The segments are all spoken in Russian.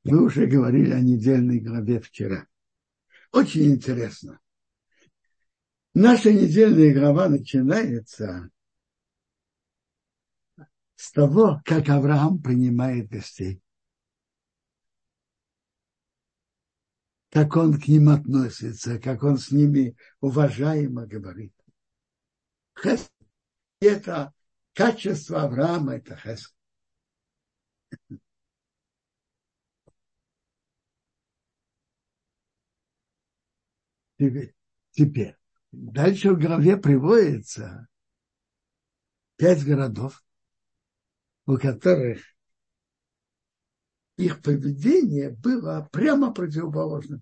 Мы уже говорили о недельной главе вчера. Очень интересно. Наша недельная глава начинается с того, как Авраам принимает гостей. Как он к ним относится, как он с ними уважаемо говорит. Хесед – это качество Авраама, это хесед. Теперь. Дальше в главе приводится 5 городов, у которых их поведение было прямо противоположным.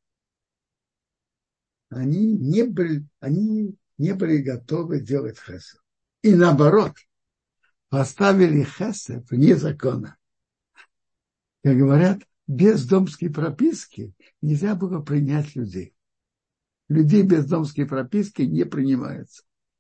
Они не были готовы делать хесед. И наоборот, поставили хесед вне закона. Как говорят, без домской прописки нельзя было принять людей. Людей без домской прописки не принимаются.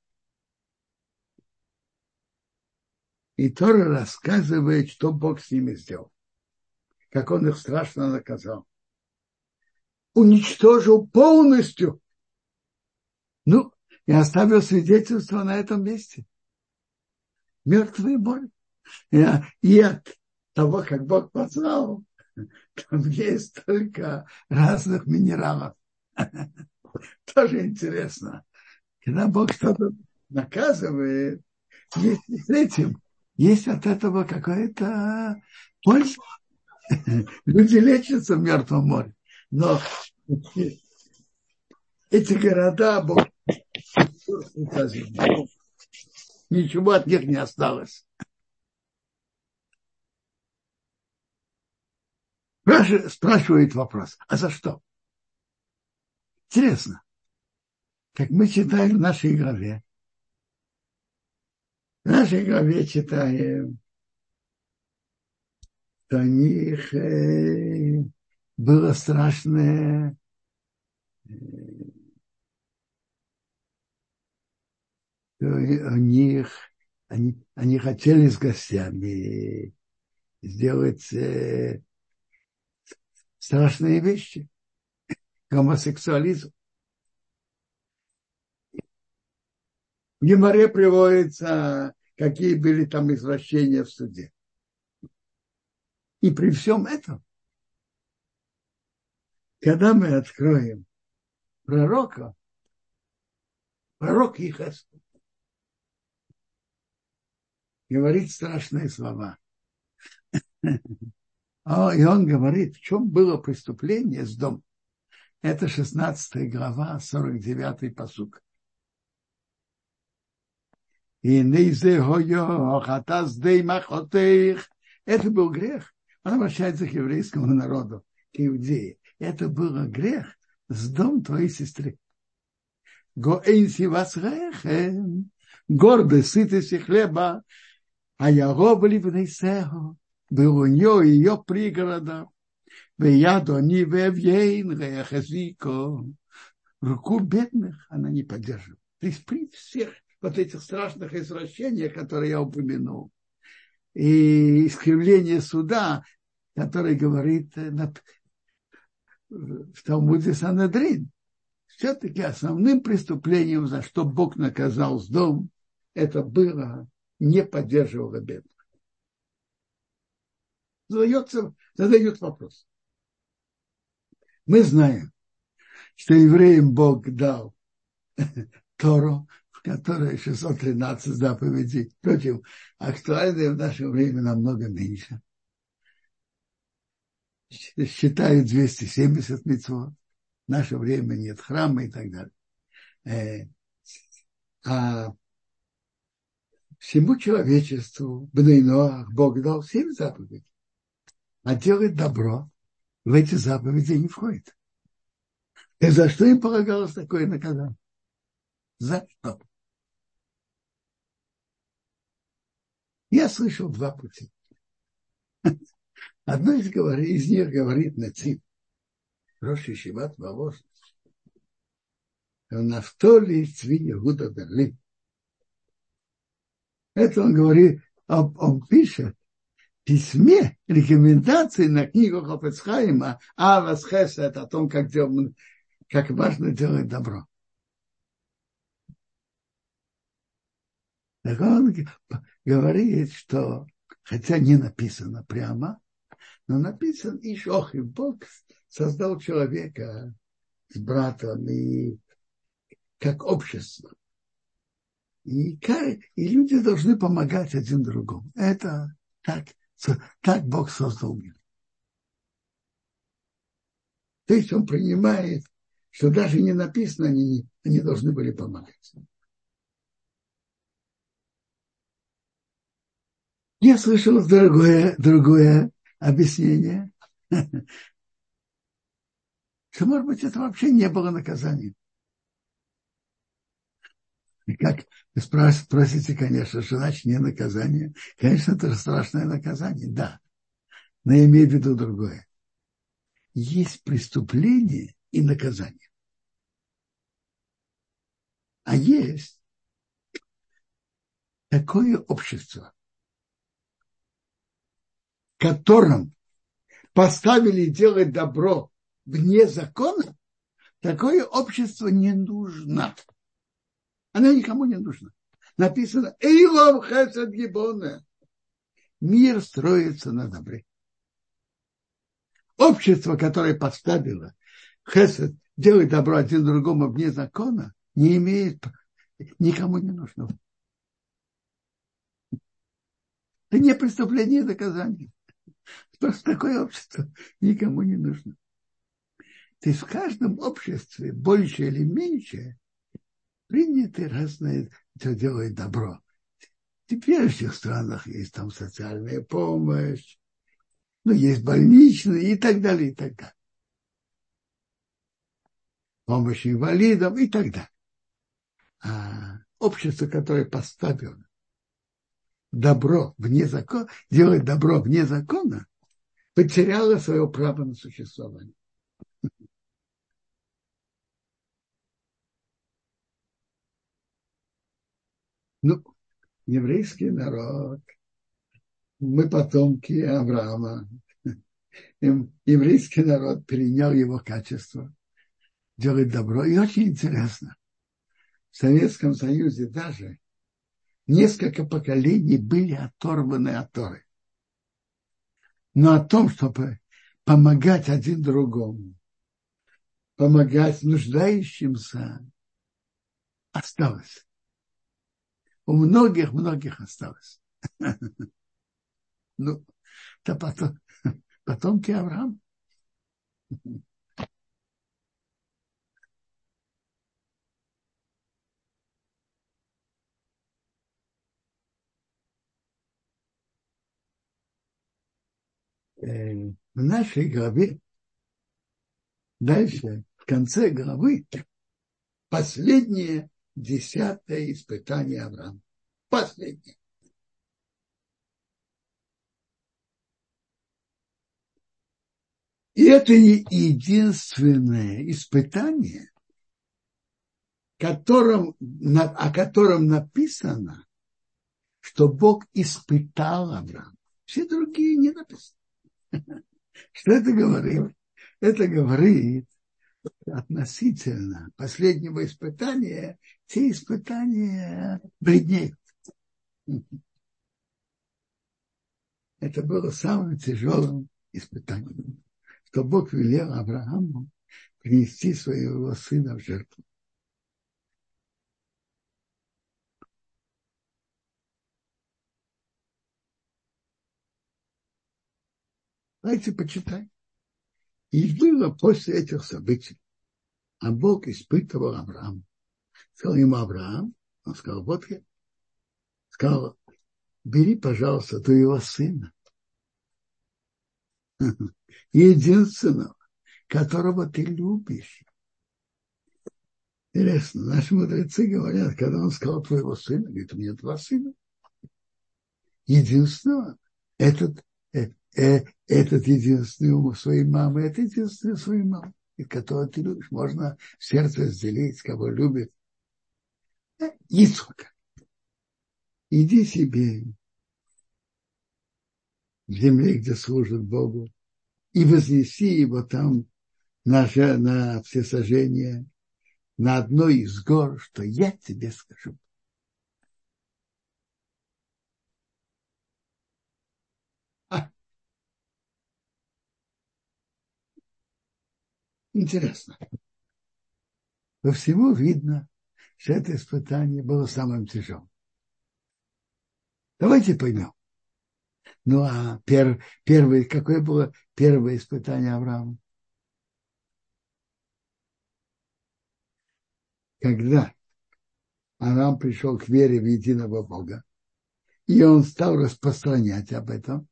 И Тора рассказывает, что Бог с ними сделал. Как он их страшно наказал. Уничтожил полностью. Ну, и оставил свидетельство на этом месте. Мертвые море. И от того, как Бог познал, там есть только разных минералов. Тоже интересно. Когда Бог что-то наказывает, есть с этим, есть от этого какая-то польза. Люди лечатся в Мертвом море. Но эти города Бог наказывает. Ничего от них не осталось. Спрашивает вопрос, а за что? Интересно, как мы читаем в нашей главе. В нашей главе читаем, что у них было страшное у них, они хотели с гостями сделать страшные вещи. Гомосексуализм. В Гемаре приводится, какие были там извращения в суде. И при всем этом, когда мы откроем пророка, пророк Ихас говорит страшные слова. И он говорит, в чем было преступление с домом. Это 16 глава, 49 пасук. И это был грех. Он обращается к еврейскому народу, к иудеи. Это был грех с дом твоей сестры. Гордость, сытость хлеба, а я робли в Нейсехо, был у нее ее пригорода, руку бедных она не поддерживает. То есть при всех вот этих страшных извращениях, которые я упомянул, и искривление суда, который говорит в Талмуде Санедрин, все-таки основным преступлением, за что Бог наказал Сдом, это было не поддерживало бедных. Задают вопрос. Мы знаем, что евреям Бог дал Тору, в которой 613 заповедей. Впрочем, актуальные в наше время намного меньше. Считают 270 мицвот. В наше время нет храма и так далее. А всему человечеству, Бней Ноах, Бог дал 7 заповедей. А делать добро в эти заповеди не входит. И за что им полагалось такое наказание? За что? Я слышал 2 пути. Одно из них говорит Нациб, Рош Ешиват Волос, Нафтоли Цви Егуда Берлин. Это он говорит, он пишет письме рекомендации на книгу Хафец Хаима Авас Хесед о том, как важно делать добро. Так он говорит, что, хотя не написано прямо, но написано, и Бог создал человека с братом и как общество. И люди должны помогать один другому. Это так Бог создал мир. То есть он принимает, что даже не написано, они должны были помогать. Я слышал другое объяснение, что, может быть, это вообще не было наказанием. И как вы спросите, конечно, что значит не наказание. Конечно, это же страшное наказание, да. Но я имею в виду другое. Есть преступление и наказание. А есть такое общество, в котором поставили делать добро вне закона, такое общество не нужно. Оно никому не нужно. Написано, «Эйлом хесед гибоне». Мир строится на добре. Общество, которое поставило хесед, делать добро один другому вне закона, не имеет, никому не нужно. Это не преступление и наказание. Просто такое общество никому не нужно. То есть в каждом обществе, больше или меньше, приняты разные, кто делает добро. В теперешних странах есть там социальная помощь, есть больничные и так далее, и так далее. Помощь инвалидам и так далее. А общество, которое поставило добро вне закона, делает добро вне закона, потеряло свое право на существование. Еврейский народ, мы потомки Авраама. Еврейский народ перенял его качество, делать добро. И очень интересно, в Советском Союзе даже несколько поколений были оторваны от Торы. Но о том, чтобы помогать один другому, помогать нуждающимся, осталось. У многих осталось. Это потомки Авраама. В нашей главе, дальше, в конце главы, последнее 10-е испытание Авраама. Последнее. И это единственное испытание, о котором написано, что Бог испытал Авраама. Все другие не написаны. Что это говорит? Это говорит относительно последнего испытания, те испытания бледнеют. Это было самым тяжелым испытанием, что Бог велел Аврааму принести своего сына в жертву. Давайте почитаем. И было после этих событий, а Бог испытывал Авраама. Сказал ему Авраам, он сказал, вот я. Сказал, бери, пожалуйста, твоего сына, единственного, которого ты любишь. Интересно, наши мудрецы говорят, когда он сказал твоего сына, говорит, у меня два сына. Единственного, этот единственный у своей мамы, это единственный у своей мамы, которого ты любишь. Можно сердце разделить, кого любит. Ицхака. Иди себе в земле, где служит Богу, и вознеси его там на всесожжение, на одной из гор, что я тебе скажу. А, интересно. По всему видно, что это испытание было самым тяжелым. Давайте поймем. Ну, а какое было первое испытание Авраама? Когда Авраам пришел к вере в единого Бога, и он стал распространять об этом,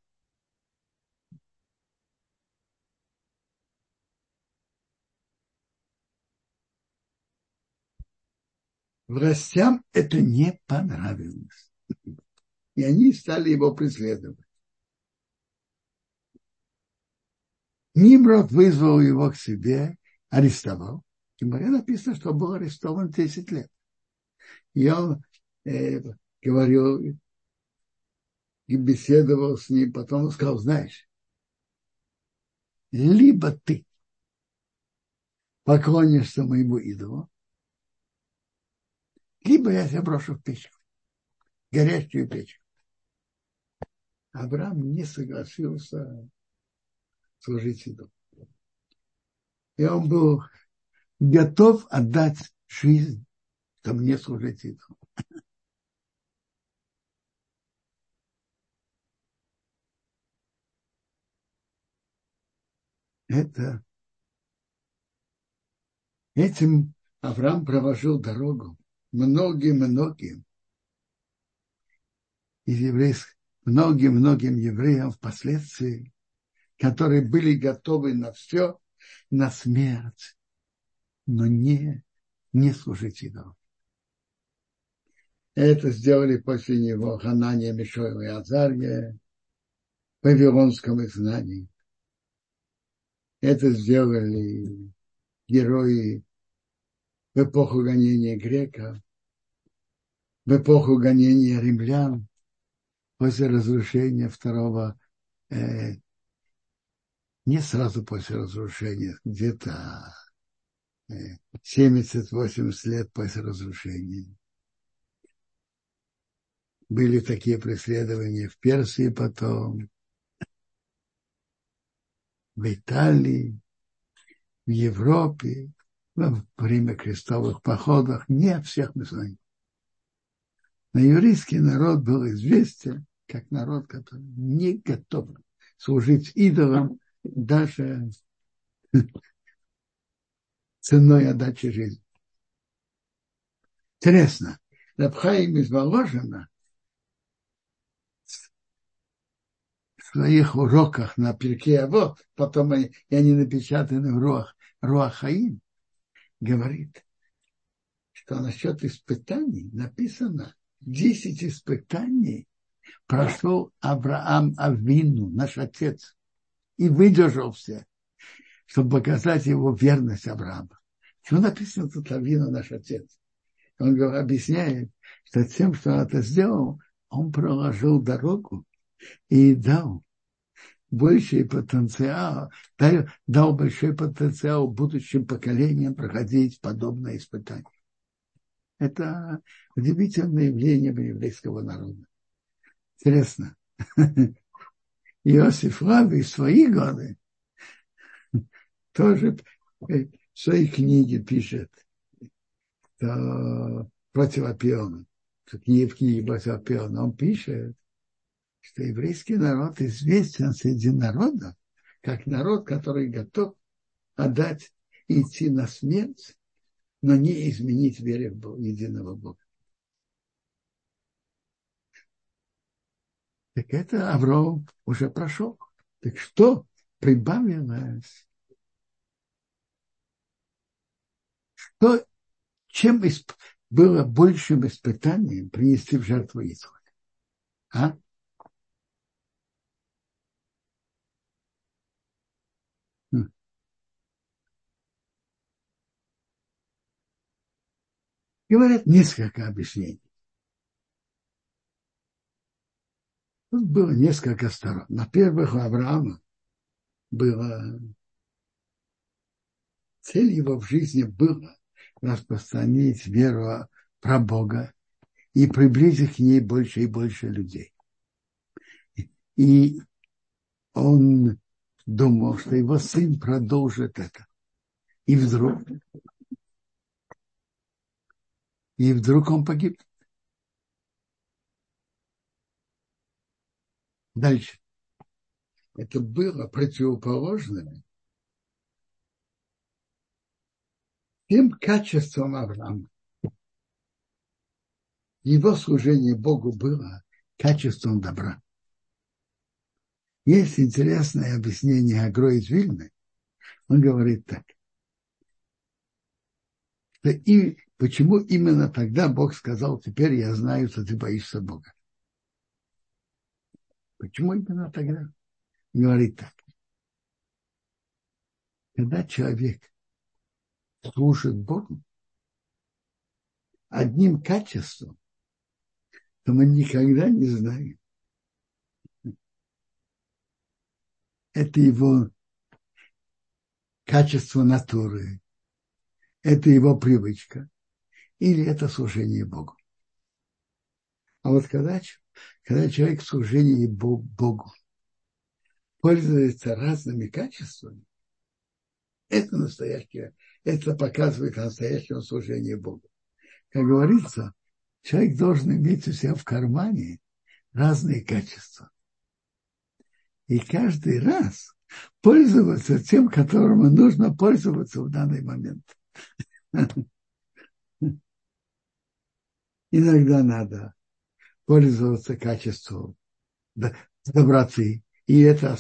властям это не понравилось. И они стали его преследовать. Нимрод вызвал его к себе, арестовал. В Гемаре написано, что был арестован 10 лет. И он говорил и беседовал с ним. Потом он сказал, знаешь, либо ты поклонишься моему идолу, либо я тебя брошу в печку, горячую печку. Авраам не согласился служить идолу. И он был готов отдать жизнь, чтобы не служить идолу. Этим Авраам проложил дорогу многим из еврейских, многим евреям впоследствии, которые были готовы на все, на смерть, но не служить идолам. Это сделали после него Ханания, Мишоэл и Азария в вавилонском изгнании. Это сделали герои в эпоху гонения греков, в эпоху гонения римлян, после разрушения второго, не сразу после разрушения, где-то 70-80 лет после разрушения. Были такие преследования в Персии потом, в Италии, в Европе, во время крестовых походов. Не всех мы знаем. Но еврейский народ был известен как народ, который не готов служить идолам даже ценой отдачи жизни. Интересно, Рабхаим из Воложина в своих уроках на Пиркей Авот, потом они напечатаны в Руах Хаим, говорит, что насчет испытаний написано 10 испытаний прошел Авраам Авину, наш отец, и выдержал все, чтобы показать его верность Авраама. Чего написано тут Авину, наш отец? Он объясняет, что тем, что он это сделал, он проложил дорогу и дал больший потенциал, дал большой потенциал будущим поколениям проходить подобное испытание. Это удивительное явление еврейского народа. Интересно. Иосиф Флавий в свои годы тоже в своей книге пишет против Апиона. В книге против Апиона он пишет, что еврейский народ известен среди народов как народ, который готов отдать и идти на смерть, но не изменить вере в единого Бога. Так это Авраам уже прошел. Так что прибавилось? Что, чем было большим испытанием принести в жертву Ицхака? А? Говорят несколько объяснений. Тут было несколько сторон. На-первых, у Авраама было, цель его в жизни была распространить веру про Бога и приблизить к ней больше и больше людей. И он думал, что его сын продолжит это. И вдруг он погиб. Дальше. Это было противоположным тем качествам Авраама. Его служение Богу было качеством добра. Есть интересное объяснение Агро из Вильны. Он говорит так. Что и почему именно тогда Бог сказал, теперь я знаю, что ты боишься Бога. Почему именно тогда? Говорит так. Когда человек служит Богу одним качеством, то мы никогда не знаем. Это его качество натуры, это его привычка, или это служение Богу. А вот когда человек в служении Богу пользуется разными качествами, это настоящее, это показывает настоящее служение Богу. Как говорится, человек должен иметь у себя в кармане разные качества. И каждый раз пользоваться тем, которому нужно пользоваться в данный момент. Иногда надо пользоваться качеством доброты. И это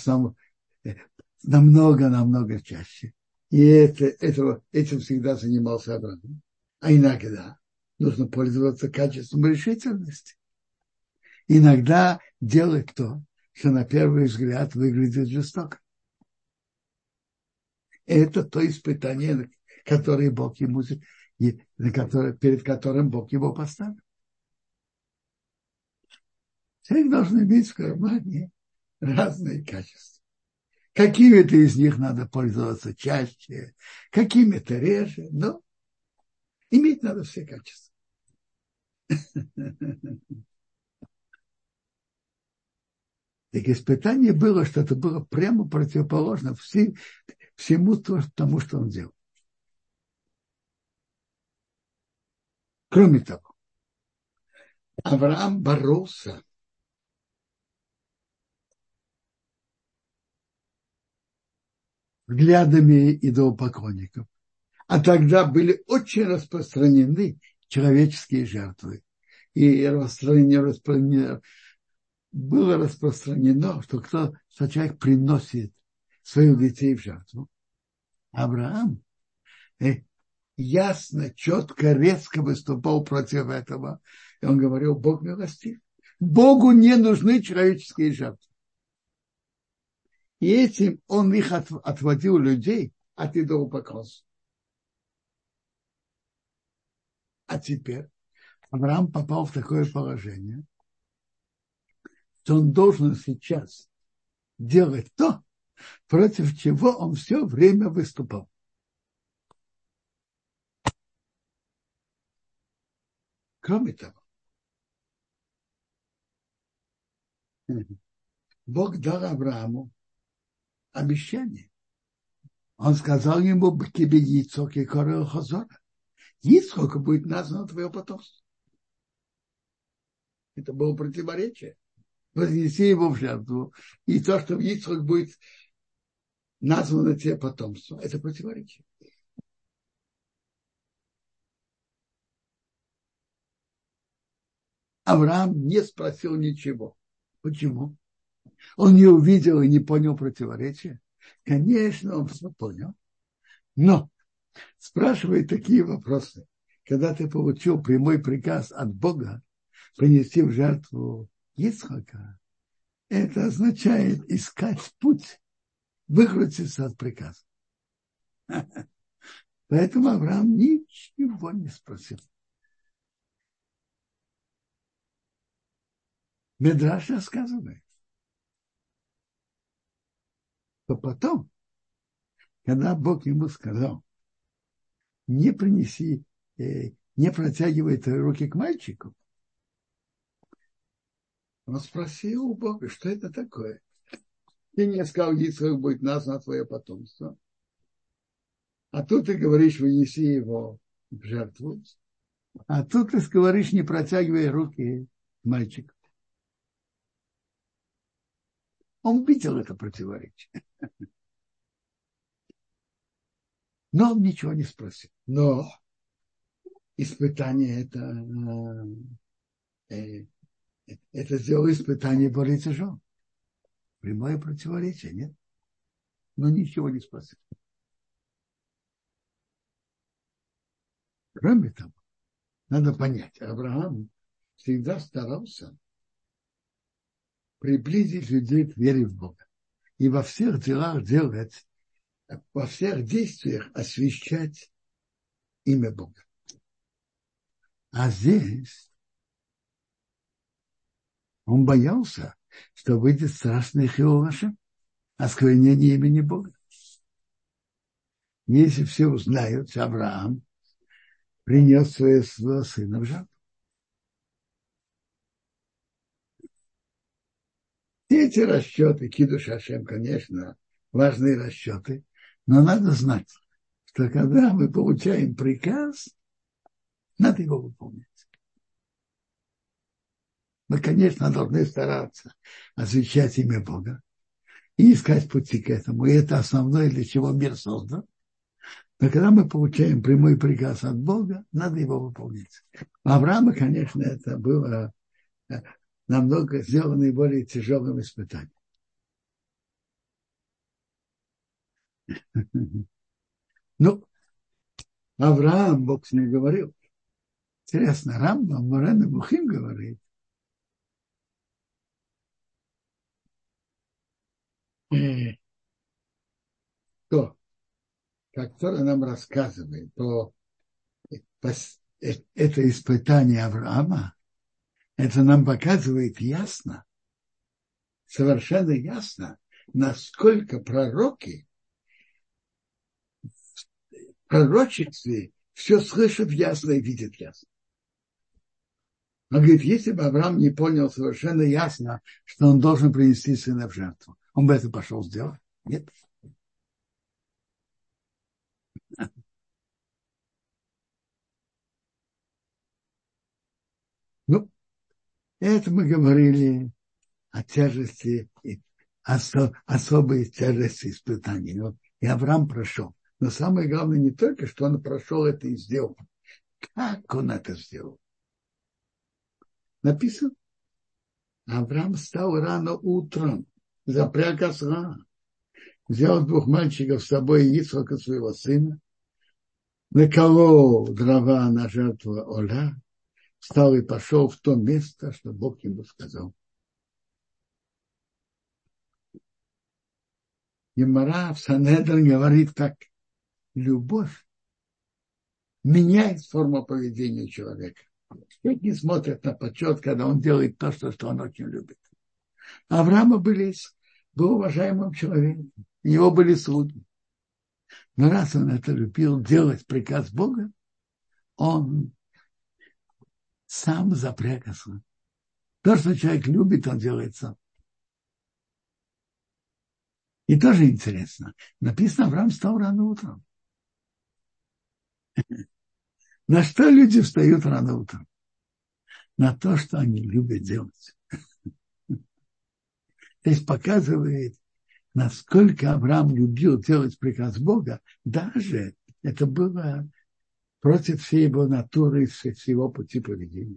намного чаще. И этим всегда занимался Авраам. А иногда нужно пользоваться качеством решительности. Иногда делать то, что на первый взгляд выглядит жестоко. Это то испытание, которое Бог ему, перед которым Бог его поставил. Человек должен иметь в кармане разные качества. Какими-то из них надо пользоваться чаще, какими-то реже, но иметь надо все качества. Так испытание было, что это было прямо противоположно всему тому, что он делал. Кроме того, Авраам боролся взглядами идолопоклонников. А тогда были очень распространены человеческие жертвы. И было распространено, что человек приносит своих детей в жертву. Авраам ясно, четко, резко выступал против этого. И он говорил, Бог милостив. Богу не нужны человеческие жертвы. И этим он их отводил людей от идолопоклонства. А теперь Авраам попал в такое положение, что он должен сейчас делать то, против чего он все время выступал. Кроме того, Бог дал Аврааму обещание. Он сказал ему, тебе Ицхок и Корел Хазора. Ицхок будет названо твое потомство. Это было противоречие. Вознеси его в жертву. И то, что Ицхок будет названо тебе потомство, это противоречие. Авраам не спросил ничего. Почему? Он не увидел и не понял противоречия. Конечно, он все понял. Но спрашивает такие вопросы. Когда ты получил прямой приказ от Бога принести в жертву Ицхака, это означает искать путь, выкрутиться от приказа. Поэтому Авраам ничего не спросил. Мидраш рассказывает, то потом, когда Бог ему сказал, не принеси, не протягивай твои руки к мальчику, он спросил у Бога, что это такое? Ты мне сказал, Ицхак будет названо твое потомство. А тут ты говоришь, вынеси его в жертву. А тут ты говоришь, не протягивай руки к мальчику. Он видел это противоречие. Но он ничего не спросил. Но испытание это сделало испытание более тяжелым. Прямое противоречие, нет? Но ничего не спросил. Кроме того, надо понять, Авраам всегда старался приблизить людей к вере в Бога. И во всех делах делать, во всех действиях освящать имя Бога. А здесь он боялся, что выйдет страшный Хилул Ашем, осквернение имени Бога. Если все узнают, что Авраам принес своего сына в жертву. Все эти расчеты, Кидуш Ашем, конечно, важные расчеты, но надо знать, что когда мы получаем приказ, надо его выполнять. Мы, конечно, должны стараться освящать имя Бога и искать пути к этому. И это основное, для чего мир создан. Но когда мы получаем прямой приказ от Бога, надо его выполнять. У Авраама, конечно, это было намного сделано и более тяжелым испытанием. Ну, Авраам, Бог с ним говорил. Интересно, Рамбам, Морен и Мухим говорит, то, как Тора нам рассказывает, то это испытание Авраама, это нам показывает ясно, совершенно ясно, насколько пророки в пророчестве все слышат ясно и видят ясно. Он говорит, если бы Авраам не понял совершенно ясно, что он должен принести сына в жертву, он бы это пошел сделать? Нет. Ну, это мы говорили о тяжести, особой тяжести испытаний. Вот, и Авраам прошел. Но самое главное не только, что он прошел это и сделал. Как он это сделал? Написано, Авраам встал рано утром, запряг осла, взял 2 мальчиков с собой и Ицхака, своего сына, наколол дрова на жертву Оля, встал и пошел в то место, что Бог ему сказал. Гемара в Санедрин говорит так: любовь меняет форму поведения человека. Человек не смотрит на почет, когда он делает то, что он очень любит. Авраам был уважаемым человеком, у него были слуги. Но раз он это любил делать приказ Бога, он сам запряг осла. То, что человек любит, он делает сам. И тоже интересно. Написано, Авраам встал рано утром. На что люди встают рано утром? На то, что они любят делать. То есть показывает, насколько Авраам любил делать приказ Бога, даже это было против всей его натуры, всего пути поведения.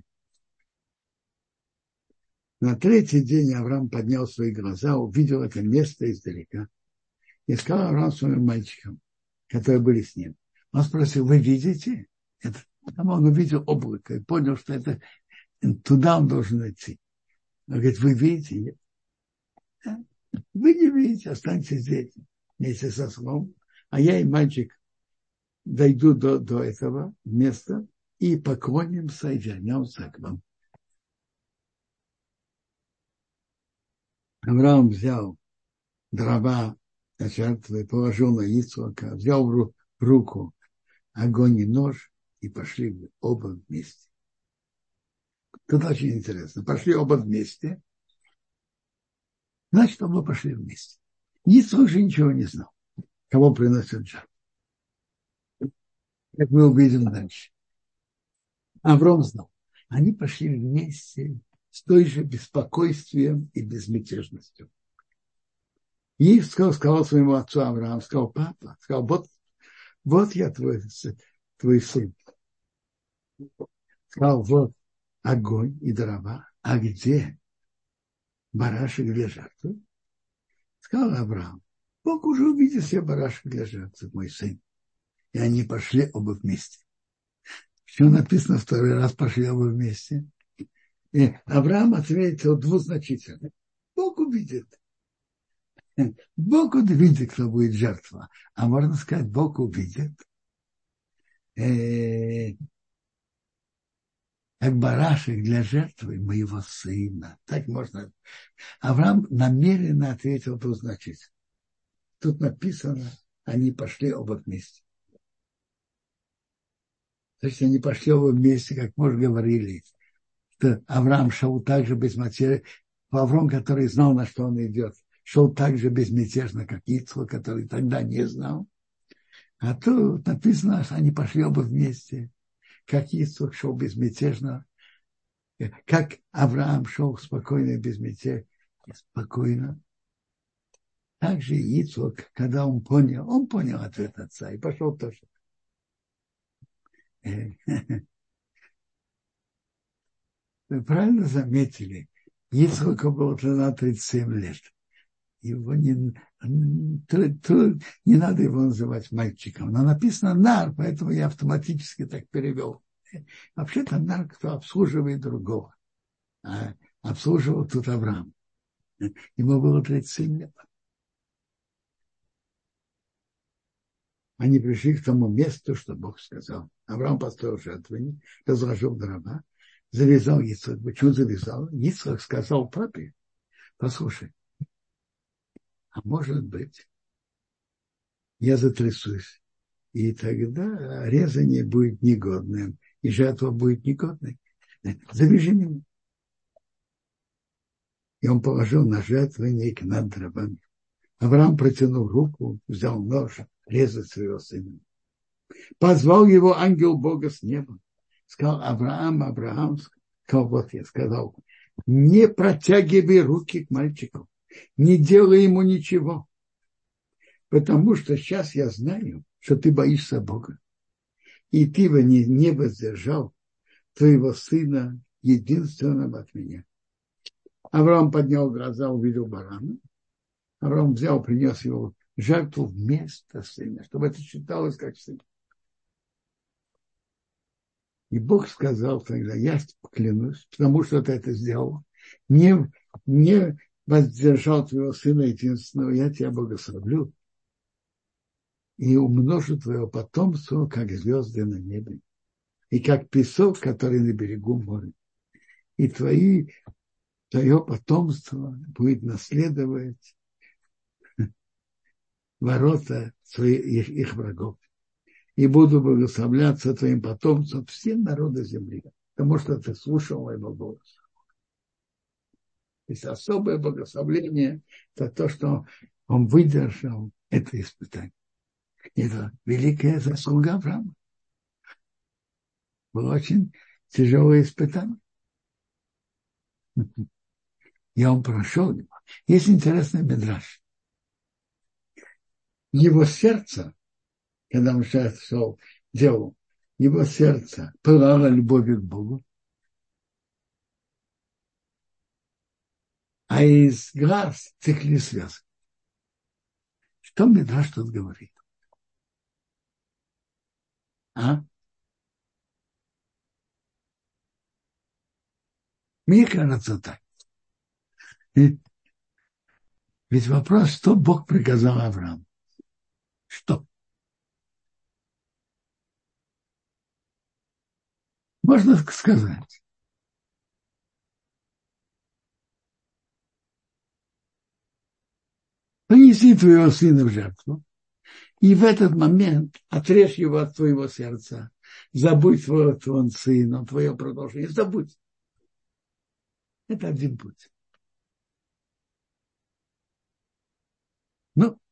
На 3-й день Авраам поднял свои глаза, увидел это место издалека и сказал Авраам своим мальчикам, которые были с ним. Он спросил, вы видите? Это, там он увидел облако и понял, что это туда он должен идти. Он говорит, вы видите? Нет. Вы не видите, останьтесь здесь вместе со ослом, а я и мальчик дойду до этого места и поклонимся и вернемся к вам. Авраам взял дрова жертвы, положил на Ицхака, взял в руку огонь и нож, и пошли оба вместе. Тут очень интересно. Пошли оба вместе, значит, оба пошли вместе. Ицхак же ничего не знал, кого приносят жертву. Как мы увидим дальше. Авром знал. Они пошли вместе с той же беспокойствием и безмятежностью. И сказал своему отцу Авраам, сказал: папа, сказал: вот я твой сын. Сказал: вот огонь и дрова, а где барашек для жертвы? Сказал Авраам: Бог уже увидел себе барашек для жертвы, мой сын. И они пошли оба вместе. Почему написано второй раз пошли оба вместе? И Авраам ответил двузначительно: Бог увидит. Бог увидит, кто будет жертва. А можно сказать, Бог увидит, как барашек для жертвы моего сына. Так можно. Авраам намеренно ответил двузначительно. Тут написано, они пошли оба вместе. Значит, они пошли оба вместе, как мы уже говорили, что Авраам шел так же безмятежно. Авраам, который знал, на что он идет, шел так же безмятежно, как Ицхак, который тогда не знал. А тут написано, что они пошли оба вместе, как Ицхак шел безмятежно, как Авраам шел спокойно и безмятежно, спокойно. Так же и Ицхак, когда он понял ответ отца и пошел тоже. Вы правильно заметили, Ицхаку было тогда 37 лет. Его не надо его называть мальчиком. Но написано нар, поэтому я автоматически так перевел. Вообще-то нар, кто обслуживает другого. А обслуживал тут Авраам. Ему было 37 лет. Они пришли к тому месту, что Бог сказал. Авраам построил жертвенник, разложил дрова, завязал Ицхак. Почему завязал? Ицхак сказал папе: послушай, а может быть, я затрясусь, и тогда резание будет негодным, и жертва будет негодной. Завяжи меня. И он положил на жертвенник над дровами. Авраам протянул руку, взял нож, резать своего сына. Позвал его ангел Бога с неба. Сказал: Авраам, Авраам. Сказал: вот я сказал, не протягивай руки к мальчику, не делай ему ничего, потому что сейчас я знаю, что ты боишься Бога, и ты не воздержал твоего сына, единственного от меня. Авраам поднял глаза, увидел барана. Авраам взял, принес его жертву вместо сына, чтобы это считалось как сын. И Бог сказал тогда: я клянусь, потому что ты это сделал, не воздержал твоего сына единственного, я тебя благословлю и умножу твое потомство, как звезды на небе, и как песок, который на берегу моря. И твое потомство будет наследовать ворота их врагов. И буду благословляться твоим потомцам все народы земли, потому что ты слушал моего голоса. То есть особое благословление – это то, что он выдержал это испытание. Это великая заслуга Авраама. Было очень тяжелое испытание. И он прошел его. Есть интересный мидраш. Его сердце, когда он сейчас делал, его сердце пылало любовью к Богу, а из глаз текли слезы. Что мидраш тут говорит? Мне кажется так. Ведь вопрос, что Бог приказал Аврааму? Что? Можно сказать. Принеси принеси твоего сына в жертву, и в этот момент отрежь его от твоего сердца. Забудь твой сын, твое продолжение. Забудь. Это один путь. Ну,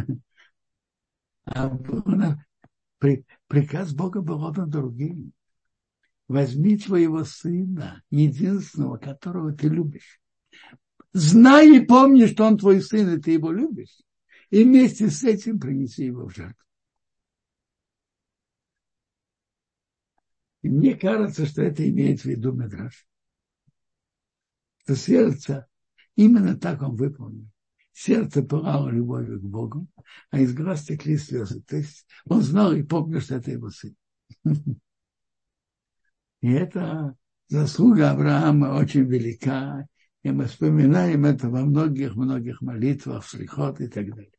а приказ Бога был отдан другим. Возьми твоего сына, единственного, которого ты любишь. Знай и помни, что он твой сын, и ты его любишь. И вместе с этим принеси его в жертву. И мне кажется, что это имеет в виду Мидраш. Что сердце, именно так он выполнил. Сердце пылало любовью к Богу, а из глаз текли слезы. То есть он знал и помнил, что это его сын. И это заслуга Авраама очень велика. И мы вспоминаем это во многих-многих молитвах, слихот и так далее.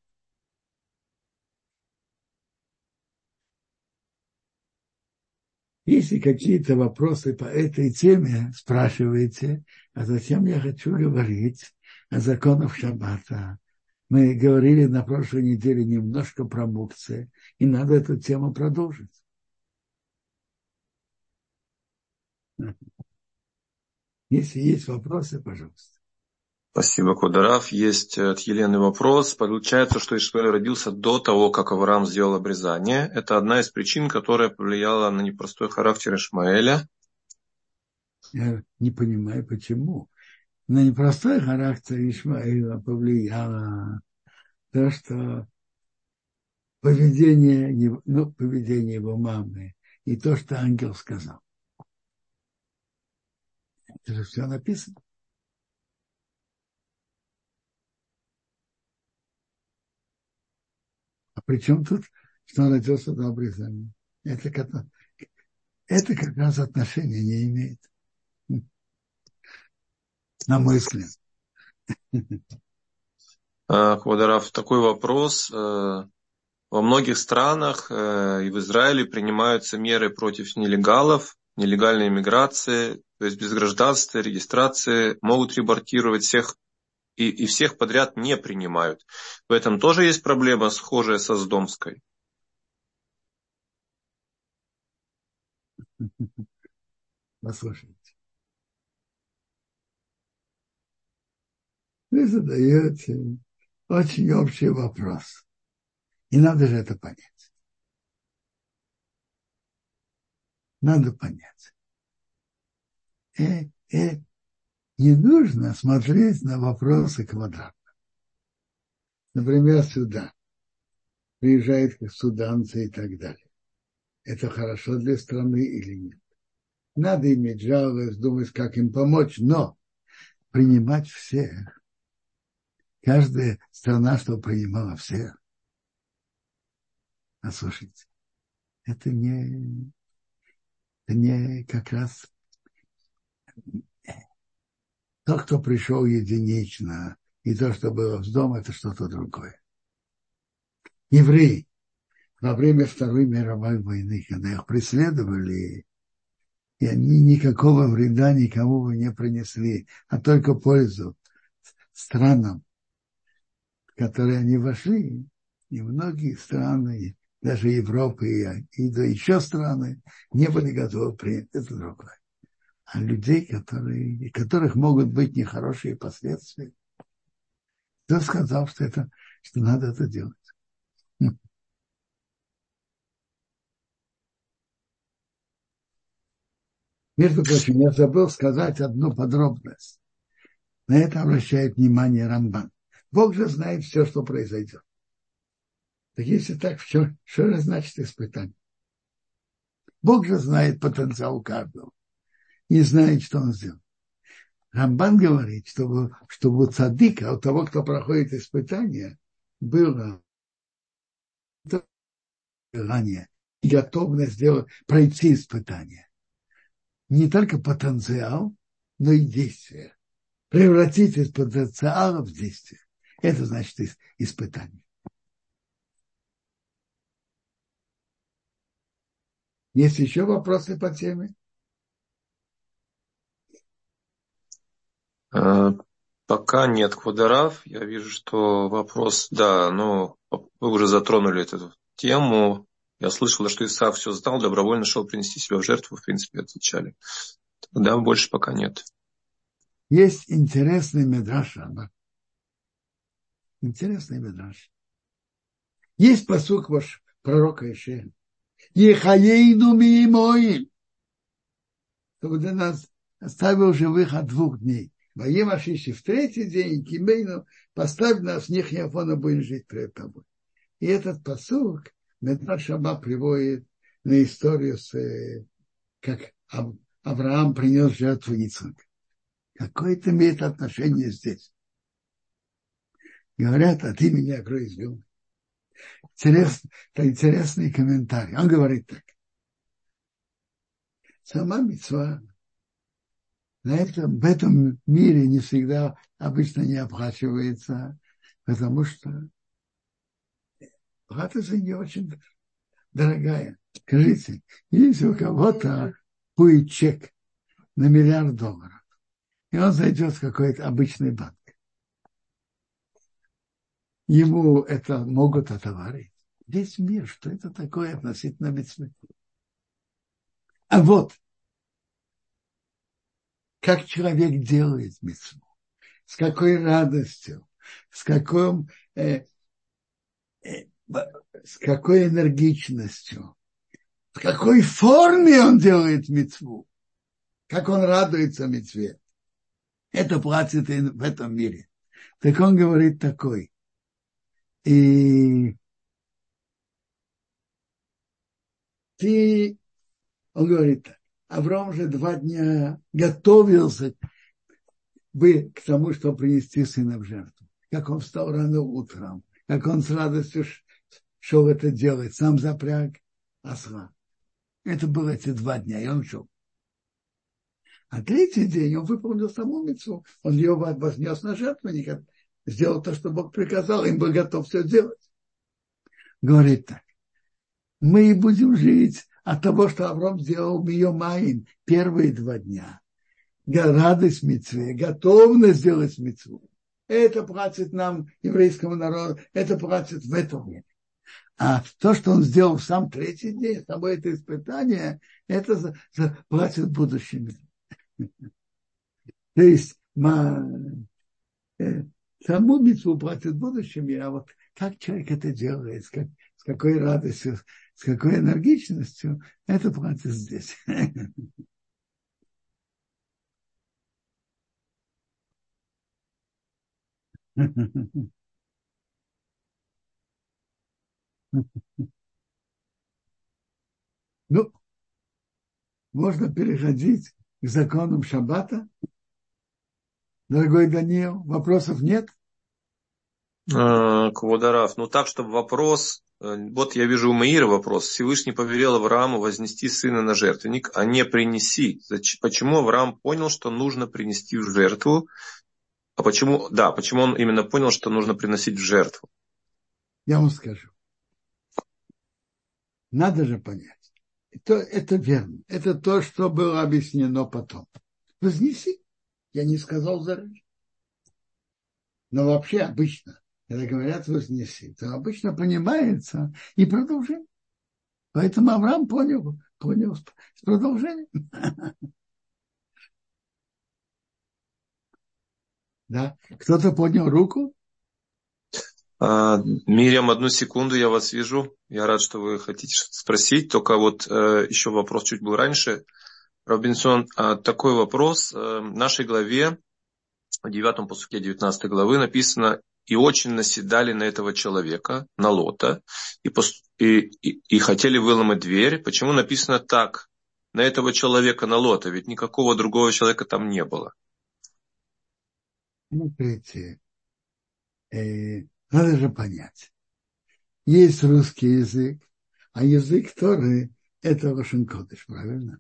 Если какие-то вопросы по этой теме, спрашивайте, а затем я хочу говорить о законах Шаббата. Мы говорили на прошлой неделе немножко про мукцы, и надо эту тему продолжить. Если есть вопросы, пожалуйста. Спасибо, Квадарав. Есть от Елены вопрос. Получается, что Ишмаэль родился до того, как Авраам сделал обрезание. Это одна из причин, которая повлияла на непростой характер Ишмаэля. Я не понимаю, почему. На непростой характер Ишмаэля повлияло то, что поведение его мамы и то, что ангел сказал. Это же все написано. А при чем тут, что он родился до обрезания? Это как раз отношения не имеет. На мой взгляд. Квадарав, такой вопрос. Во многих странах и в Израиле принимаются меры против нелегалов, нелегальной миграции, то есть без гражданства, регистрации, могут репортировать всех и всех подряд не принимают. В этом тоже есть проблема, схожая со Сдомской. Послушайте. Вы задаете очень общий вопрос. И надо же это понять. Надо понять. Не нужно смотреть на вопросы квадратно. Например, сюда. Приезжают суданцы и так далее. Это хорошо для страны или нет? Надо иметь жалость, думать, как им помочь, но принимать всех. Каждая страна, что принимала всех. А слушайте, это не как раз то, кто пришел единично, и то, что было в доме, это что-то другое. Евреи во время Второй мировой войны, когда их преследовали, и они никакого вреда никому не принесли, а только пользу странам, в которые они вошли, и многие страны, даже Европы и да еще страны, не были готовы принять это другое. А людей, которых могут быть нехорошие последствия, кто сказал, что надо это делать? Между прочим, я забыл сказать одну подробность. На это обращает внимание Рамбан. Бог же знает все, что произойдет. Так если так, что же значит испытание? Бог же знает потенциал каждого и знает, что он сделал. Рамбан говорит, чтобы у цадыка, у того, кто проходит испытание, было желание и готовность пройти испытание. Не только потенциал, но и действие. Превратить из потенциала в действие. Это значит испытание. Есть еще вопросы по теме? По Пока нет, Квадарав. Я вижу, что вопрос, да, но вы уже затронули эту тему. Я слышал, что Исав все знал, добровольно шел принести себя в жертву, в принципе, отвечали. Да, больше пока нет. Есть интересный мидраш Раба. Интересный мидраш. Есть пасук ваш пророка Ишея. Ехаейну миимоим. Чтобы для нас оставил живых от 2 дней. Воем Ашиши в 3-й день, Кимейну, поставь нас, них Яфона будем жить пред тобой. И этот пасук Мидраш Раба приводит на историю, как Авраам принес жертву Ицхака. Какое это имеет отношение здесь? Говорят, от имени Агро из Вилны. Это интересный комментарий. Он говорит так. Сама мицва в этом мире не всегда обычно не оплачивается, потому что плата за нее очень дорогая. Скажите, если у кого-то будет чек на $1 миллиард, и он зайдет в какой-то обычный банк, ему это могут отоварить. Весь мир, что это такое относительно мицвы? А вот, как человек делает мицву, с какой радостью, с какой энергичностью, в какой форме он делает мицву, как он радуется мицве. Это платит и в этом мире. Так он говорит такой. И он говорит так. Авраам же 2 дня готовился к тому, чтобы принести сына в жертву. Как он встал рано утром, как он с радостью шел это делать, сам запряг осла. Это было эти 2 дня, и он шел. А 3-й день он выполнил саму мицву. Он ее вознес на жертвенник, сделал то, что Бог приказал, им был готов все делать. Говорит так. Мы и будем жить от того, что Авраам сделал ее маин первые 2 дня. Радость мицве, готовность сделать мицву. Это платит нам, еврейскому народу, это платит в этом мире. А то, что он сделал в сам 3-й день, само это испытание, это платит в будущем мире. То есть саму мицву платит в будущем мире, а вот как человек это делает, с какой радостью, с какой энергичностью, это платит здесь. Ну, можно переходить к законам шаббата. Дорогой Даниил, вопросов нет? Квадарав, ну так, чтобы вопрос, вот я вижу у Маира вопрос, Всевышний повелел Аврааму вознести сына на жертвенник, а не принеси. Почему Авраам понял, что нужно принести в жертву, а почему он именно понял, что нужно приносить в жертву? Я вам скажу. Надо же понять. Это верно. Это то, что было объяснено потом. Вознеси. Я не сказал заранее. Но вообще обычно, когда говорят вознеси, то обычно понимается и продолжение. Поэтому Авраам понял с продолжением. Да. Кто-то поднял руку? Мирьям, 1 секунду, я вас вижу. Я рад, что вы хотите что-то спросить. Только вот еще вопрос чуть был раньше. Робинсон, такой вопрос. В нашей главе, в 9 пасуке 19 главы написано: «И очень наседали на этого человека, на Лота, и хотели выломать дверь». Почему написано так? На этого человека, на Лота, ведь никакого другого человека там не было. Смотрите, надо же понять. Есть русский язык, а язык Торы – это лошен кодеш, правильно?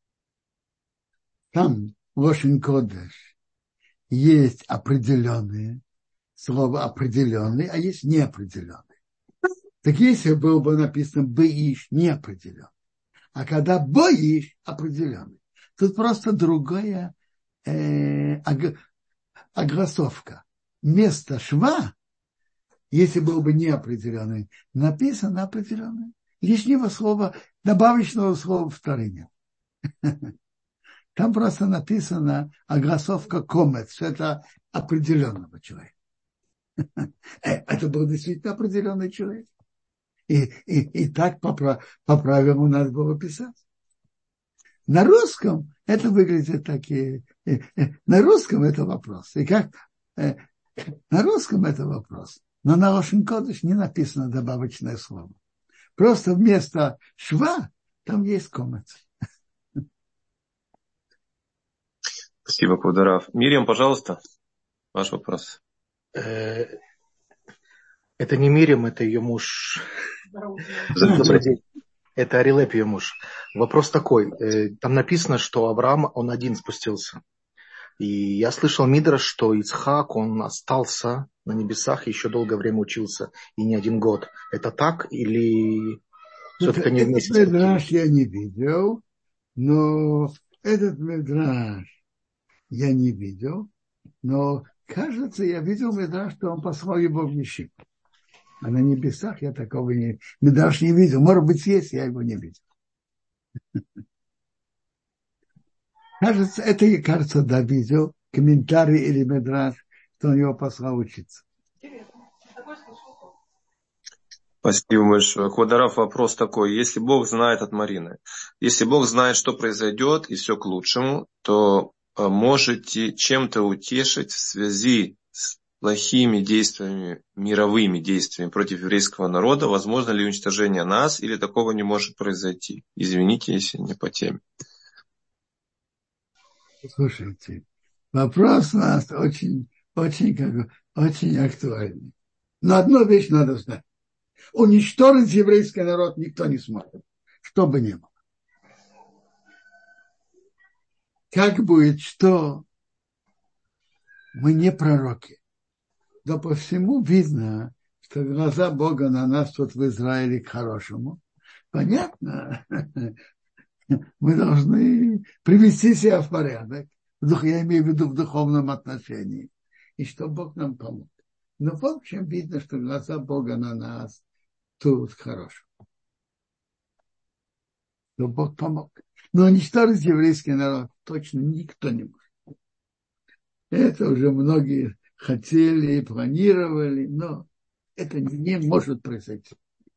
Там лошен кодеш есть определенные, слово определенный, а есть неопределенный. Так если было бы написано «беиш» неопределенный, а когда «боиш» определенный, тут просто другое огласовка. Вместо шва, если был бы неопределенный, написано определенное. Лишнего слова, добавочного слова вторыня. Там просто написано огласовка комет, что это определенного человека. Это был действительно определенный человек. И так по правилам надо было писать. На русском это выглядит такие. На русском это вопрос. И как на русском это вопрос. Но на Лошен Кодеш не написано добавочное слово. Просто вместо шва там есть комец. Спасибо, Квадарав. Мирьям, пожалуйста, ваш вопрос. Это не Мирьям, это ее муж. Добрый день. Это Арилеп, ее муж. Вопрос такой. Там написано, что Авраам, он один спустился. И я слышал Мидраш, что Ицхак, он остался на небесах, еще долгое время учился, и не один год. Это так или все-таки они вместе? Этот мидраш я не видел, но этот мидраш я не видел, но кажется, я видел мидраш, что он послал его в Египет. А на небесах я такого мидраш не видел. Может быть, есть, я его не видел. Кажется, это и кажется, да, видел комментарий или мидраш, что он его послал учиться. Спасибо большое. Квадарав, вопрос такой. Если Бог знает от Марины, если Бог знает, что произойдет, и все к лучшему, то можете чем-то утешить в связи с плохими действиями, мировыми действиями против еврейского народа? Возможно ли уничтожение нас, или такого не может произойти? Извините, если не по теме. Слушайте, вопрос у нас очень актуальный. Но одну вещь надо знать. Уничтожить еврейский народ никто не сможет, что бы ни было. Как будет что, мы не пророки. Но по всему видно, что глаза Бога на нас тут в Израиле к хорошему. Понятно? Мы должны привести себя в порядок. Я имею в виду в духовном отношении. И что Бог нам помог. Но в общем видно, что глаза Бога на нас тут хорошо. Что Бог помог. Но уничтожить еврейский народ точно никто не может. Это уже многие хотели и планировали, но это не может произойти.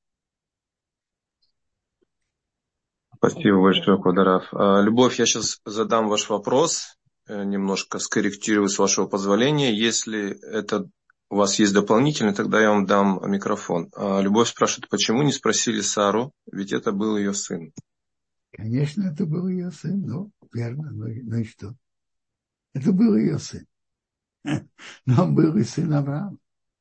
Спасибо большое, Квадарав. Любовь, я сейчас задам ваш вопрос, немножко скорректирую с вашего позволения. Если это у вас есть дополнительный, тогда я вам дам микрофон. Любовь спрашивает, почему не спросили Сару, ведь это был ее сын. Конечно, это был ее сын, ну, верно, ну и что? Это был ее сын. Но он был и сын Авраама.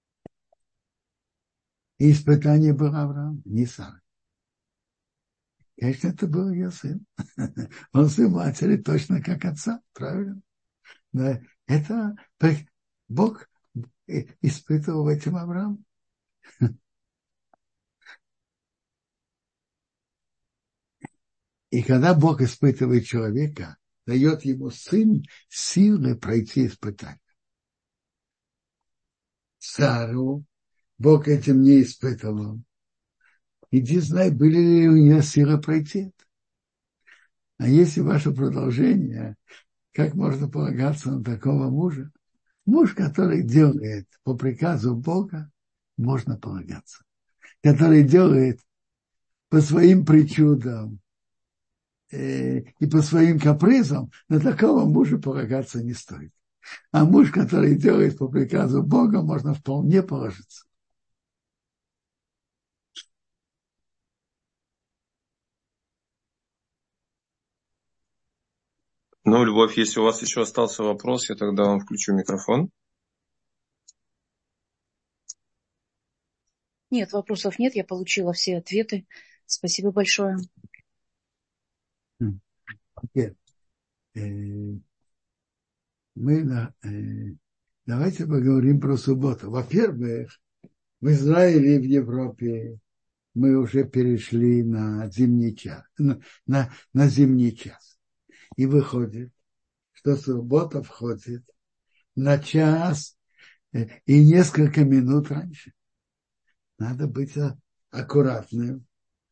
И испытание было Авраам, не Сара. Конечно, это был ее сын. Он сын матери точно как отца, правильно? Но это Бог испытывал этим Авраам. И когда Бог испытывает человека, дает ему сын силы пройти испытание. Сару Бог этим не испытывал. Иди знай, были ли у нее силы пройти это. А если ваше продолжение, как можно полагаться на такого мужа? Муж, который делает по приказу Бога, можно полагаться. Который делает по своим причудам и по своим капризам, на такого мужа полагаться не стоит. А муж, который делает по приказу Бога, можно вполне положиться. Ну, Любовь, если у вас еще остался вопрос, я тогда вам включу микрофон. Нет, вопросов нет, я получила все ответы. Спасибо большое. Нет. Давайте поговорим про субботу. Во-первых, в Израиле и в Европе мы уже перешли на зимний час, на зимний час. И выходит, что суббота входит на час и несколько минут раньше. Надо быть аккуратным.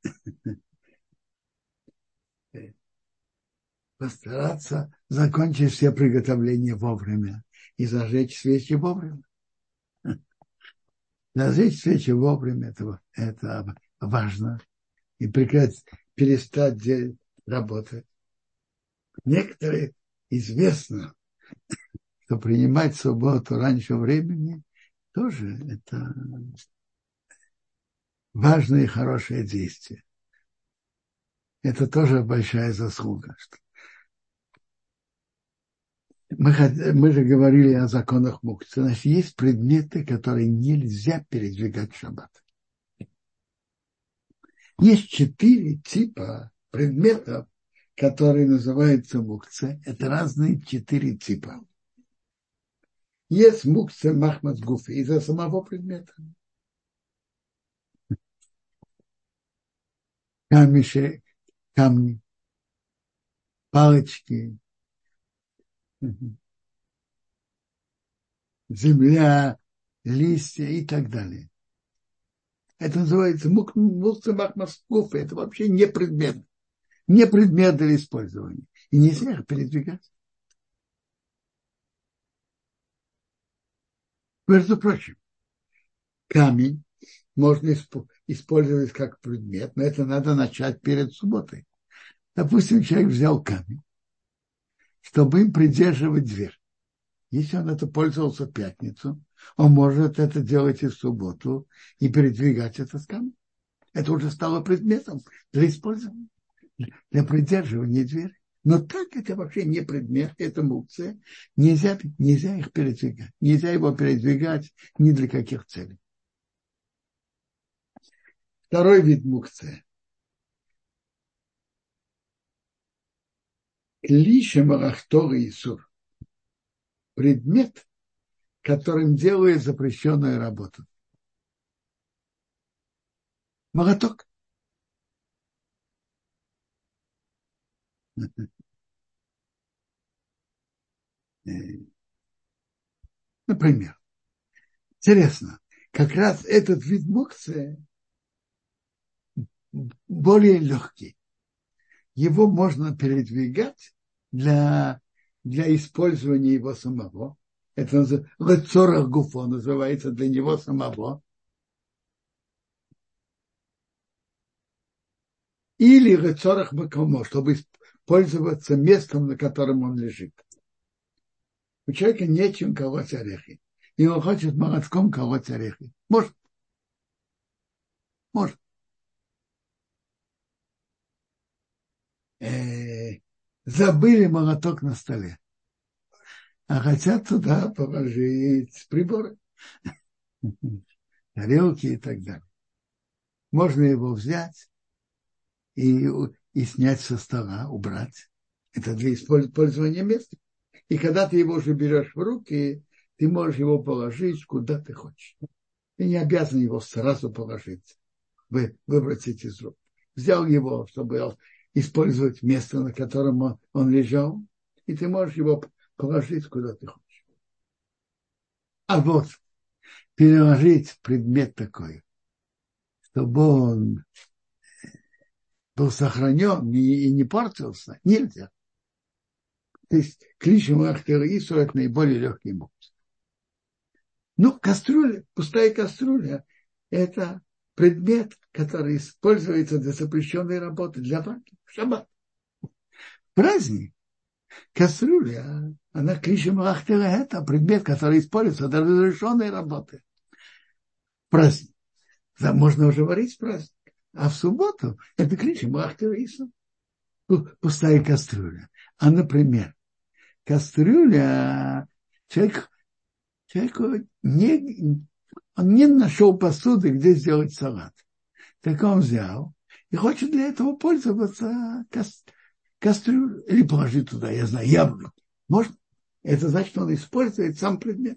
Постараться закончить все приготовления вовремя и зажечь свечи вовремя. Зажечь свечи вовремя, это важно. И перестать работать. Некоторые известно, что принимать субботу раньше времени тоже это важное и хорошее действие. Это тоже большая заслуга. Мы же говорили о законах мукцы. Значит, есть предметы, которые нельзя передвигать в шаббат. Есть 4 типа предметов, которые называются мукце. Это разные 4 типа. Есть мукце махмас гуфи из-за самого предмета. Камни, палочки, земля, листья и так далее. Это называется мукце махмас гуфи. Это вообще не предмет. Не предмет для использования. И нельзя их передвигать. Между прочим, камень можно использовать как предмет, но это надо начать перед субботой. Допустим, человек взял камень, чтобы им придерживать дверь. Если он это пользовался в пятницу, он может это делать и в субботу и передвигать этот камень. Это уже стало предметом для использования, для придерживания двери. Но так это вообще не предмет, это мукция. Нельзя их передвигать. Нельзя его передвигать ни для каких целей. Второй вид мукция. Клише марахтора Исур. Предмет, которым делает запрещенную работу. Молоток. Например, интересно, как раз этот вид мукции более легкий. Его можно передвигать для использования его самого. Это лецорах гуфо называется для него самого. Или лецорах макомо, чтобы пользоваться местом, на котором он лежит. У человека нечем колоть орехи. И он хочет молотком колоть орехи. Может. Забыли молоток на столе. А хотят туда положить приборы. Тарелки и так далее. Можно его взять и снять со стола, убрать. Это для использования места. И когда ты его уже берешь в руки, ты можешь его положить куда ты хочешь. Ты не обязан его сразу положить, выбросить из рук. Взял его, чтобы использовать место, на котором он лежал, и ты можешь его положить куда ты хочешь. А вот переложить предмет такой, чтобы он был сохранен и не портился, нельзя. То есть клишем ахтер Исур это наиболее легкий мукция. Ну, кастрюля, пустая кастрюля, это предмет, который используется для запрещенной работы, для ваки, в шаббат. Праздник, кастрюля, она клишем ахтер это предмет, который используется для разрешенной работы. Праздник. Да, можно уже варить праздник. А в субботу это клишем ахтер Исур. Пустая кастрюля. А, например, кастрюля, человек не нашел посуды, где сделать салат. Так он взял и хочет для этого пользоваться кастрюлей. Или положить туда, я знаю, яблоко. Можно? Это значит, что он использует сам предмет.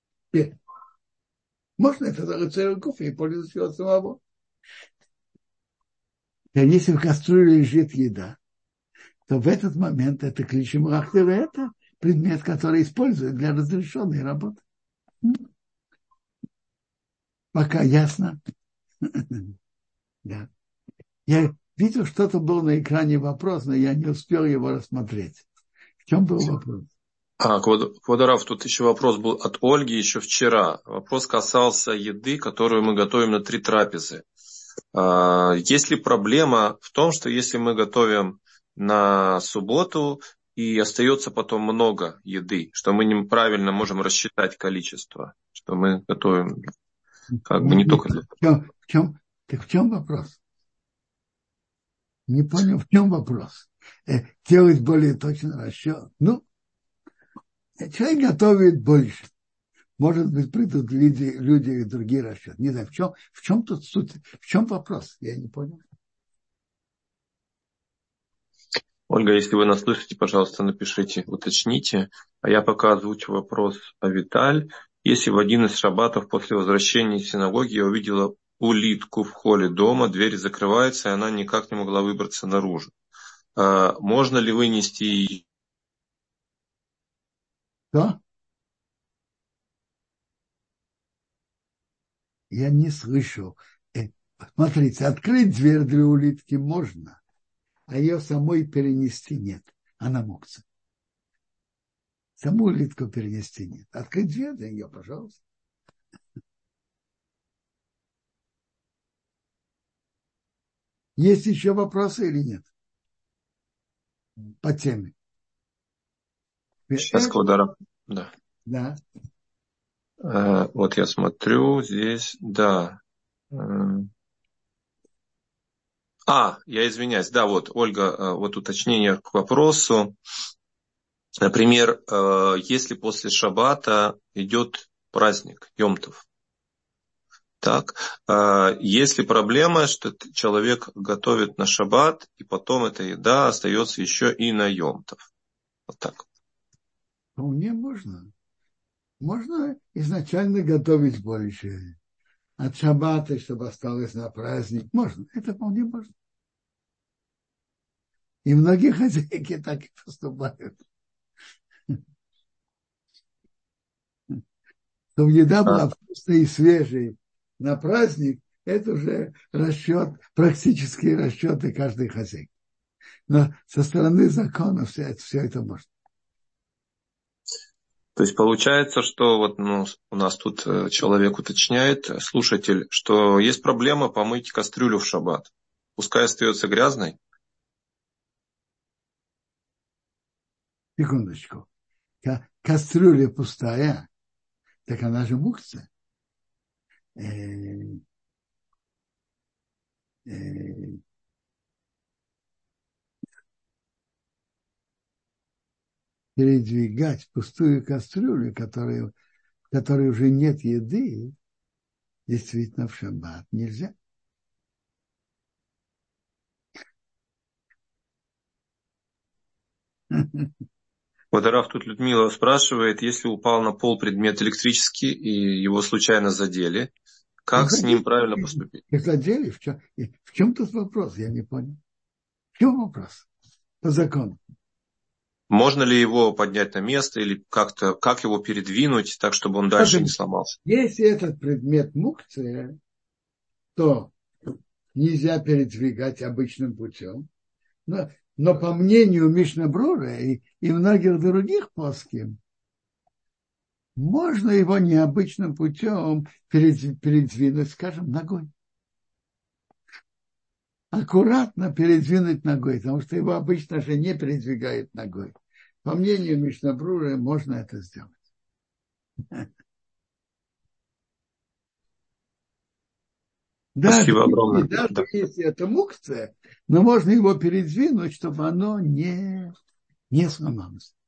Можно это делать целый кофе и пользоваться его самого. А если в кастрюле лежит еда, то в этот момент это клишем ахтер это предмет, который используют для разрешенной работы. Пока ясно? Да. Я видел, что-то был на экране вопрос, но я не успел его рассмотреть. В чем был вопрос? Квадарав, тут еще вопрос был от Ольги еще вчера. Вопрос касался еды, которую мы готовим на 3 трапезы. Есть ли проблема в том, что если мы готовим на субботу и остается потом много еды, что мы неправильно можем рассчитать количество, что мы готовим как бы не только для... В чем вопрос? Не понял, в чем вопрос? Делать более точный расчет. Человек готовит больше. Может быть, придут люди и другие расчеты. Не знаю, в чем тут суть, в чем вопрос? Я не понял. Ольга, если вы нас слышите, пожалуйста, напишите, уточните. А я пока озвучу вопрос Авиталь. Если в один из шаббатов после возвращения из синагоги я увидела улитку в холле дома, дверь закрывается, и она никак не могла выбраться наружу. Можно ли вынести ее? Что? Я не слышал. Смотрите, открыть дверь для улитки можно, а ее самой перенести нет. Она мукция. Саму улитку перенести нет. Открыть дверь для нее, пожалуйста. Есть еще вопросы или нет? По теме. Сейчас, Квадаров. Да. Да. Вот я смотрю здесь, да. Я извиняюсь. Да, вот, Ольга, вот уточнение к вопросу. Например, если после шаббата идет праздник, Йом-Тов, так, есть ли проблема, что человек готовит на шаббат, и потом эта еда остается еще и на Йом-Тов? Вот так. Вполне можно. Можно изначально готовить больше. От шаббата, чтобы осталось на праздник. Можно. Это вполне можно. И многие хозяйки так и поступают. Чтобы еда была вкусной и свежей на праздник, это уже практические расчеты каждой хозяйки. Но со стороны закона все это можно. То есть получается, что у нас тут человек уточняет, слушатель, что есть проблема помыть кастрюлю в шаббат. Пускай остается грязной. Секундочку. Кастрюля пустая, так она же мукция. Передвигать пустую кастрюлю, в которой уже нет еды, действительно в шаббат нельзя. Водорав, тут Людмила спрашивает, если упал на пол предмет электрический и его случайно задели, как с ним правильно поступить? Задели? В чем тут вопрос? Я не понял. В чем вопрос? По закону. Можно ли его поднять на место или как его передвинуть так, чтобы он дальше не сломался? Если этот предмет мукция, то нельзя передвигать обычным путем. Но по мнению Мишна Брура и многих других поским, можно его необычным путем передвинуть, скажем, ногой. Аккуратно передвинуть ногой, потому что его обычно же не передвигают ногой. По мнению Мишна Брура, можно это сделать. Спасибо огромное. Даже если это мукция, но можно его передвинуть, чтобы оно не сломалось.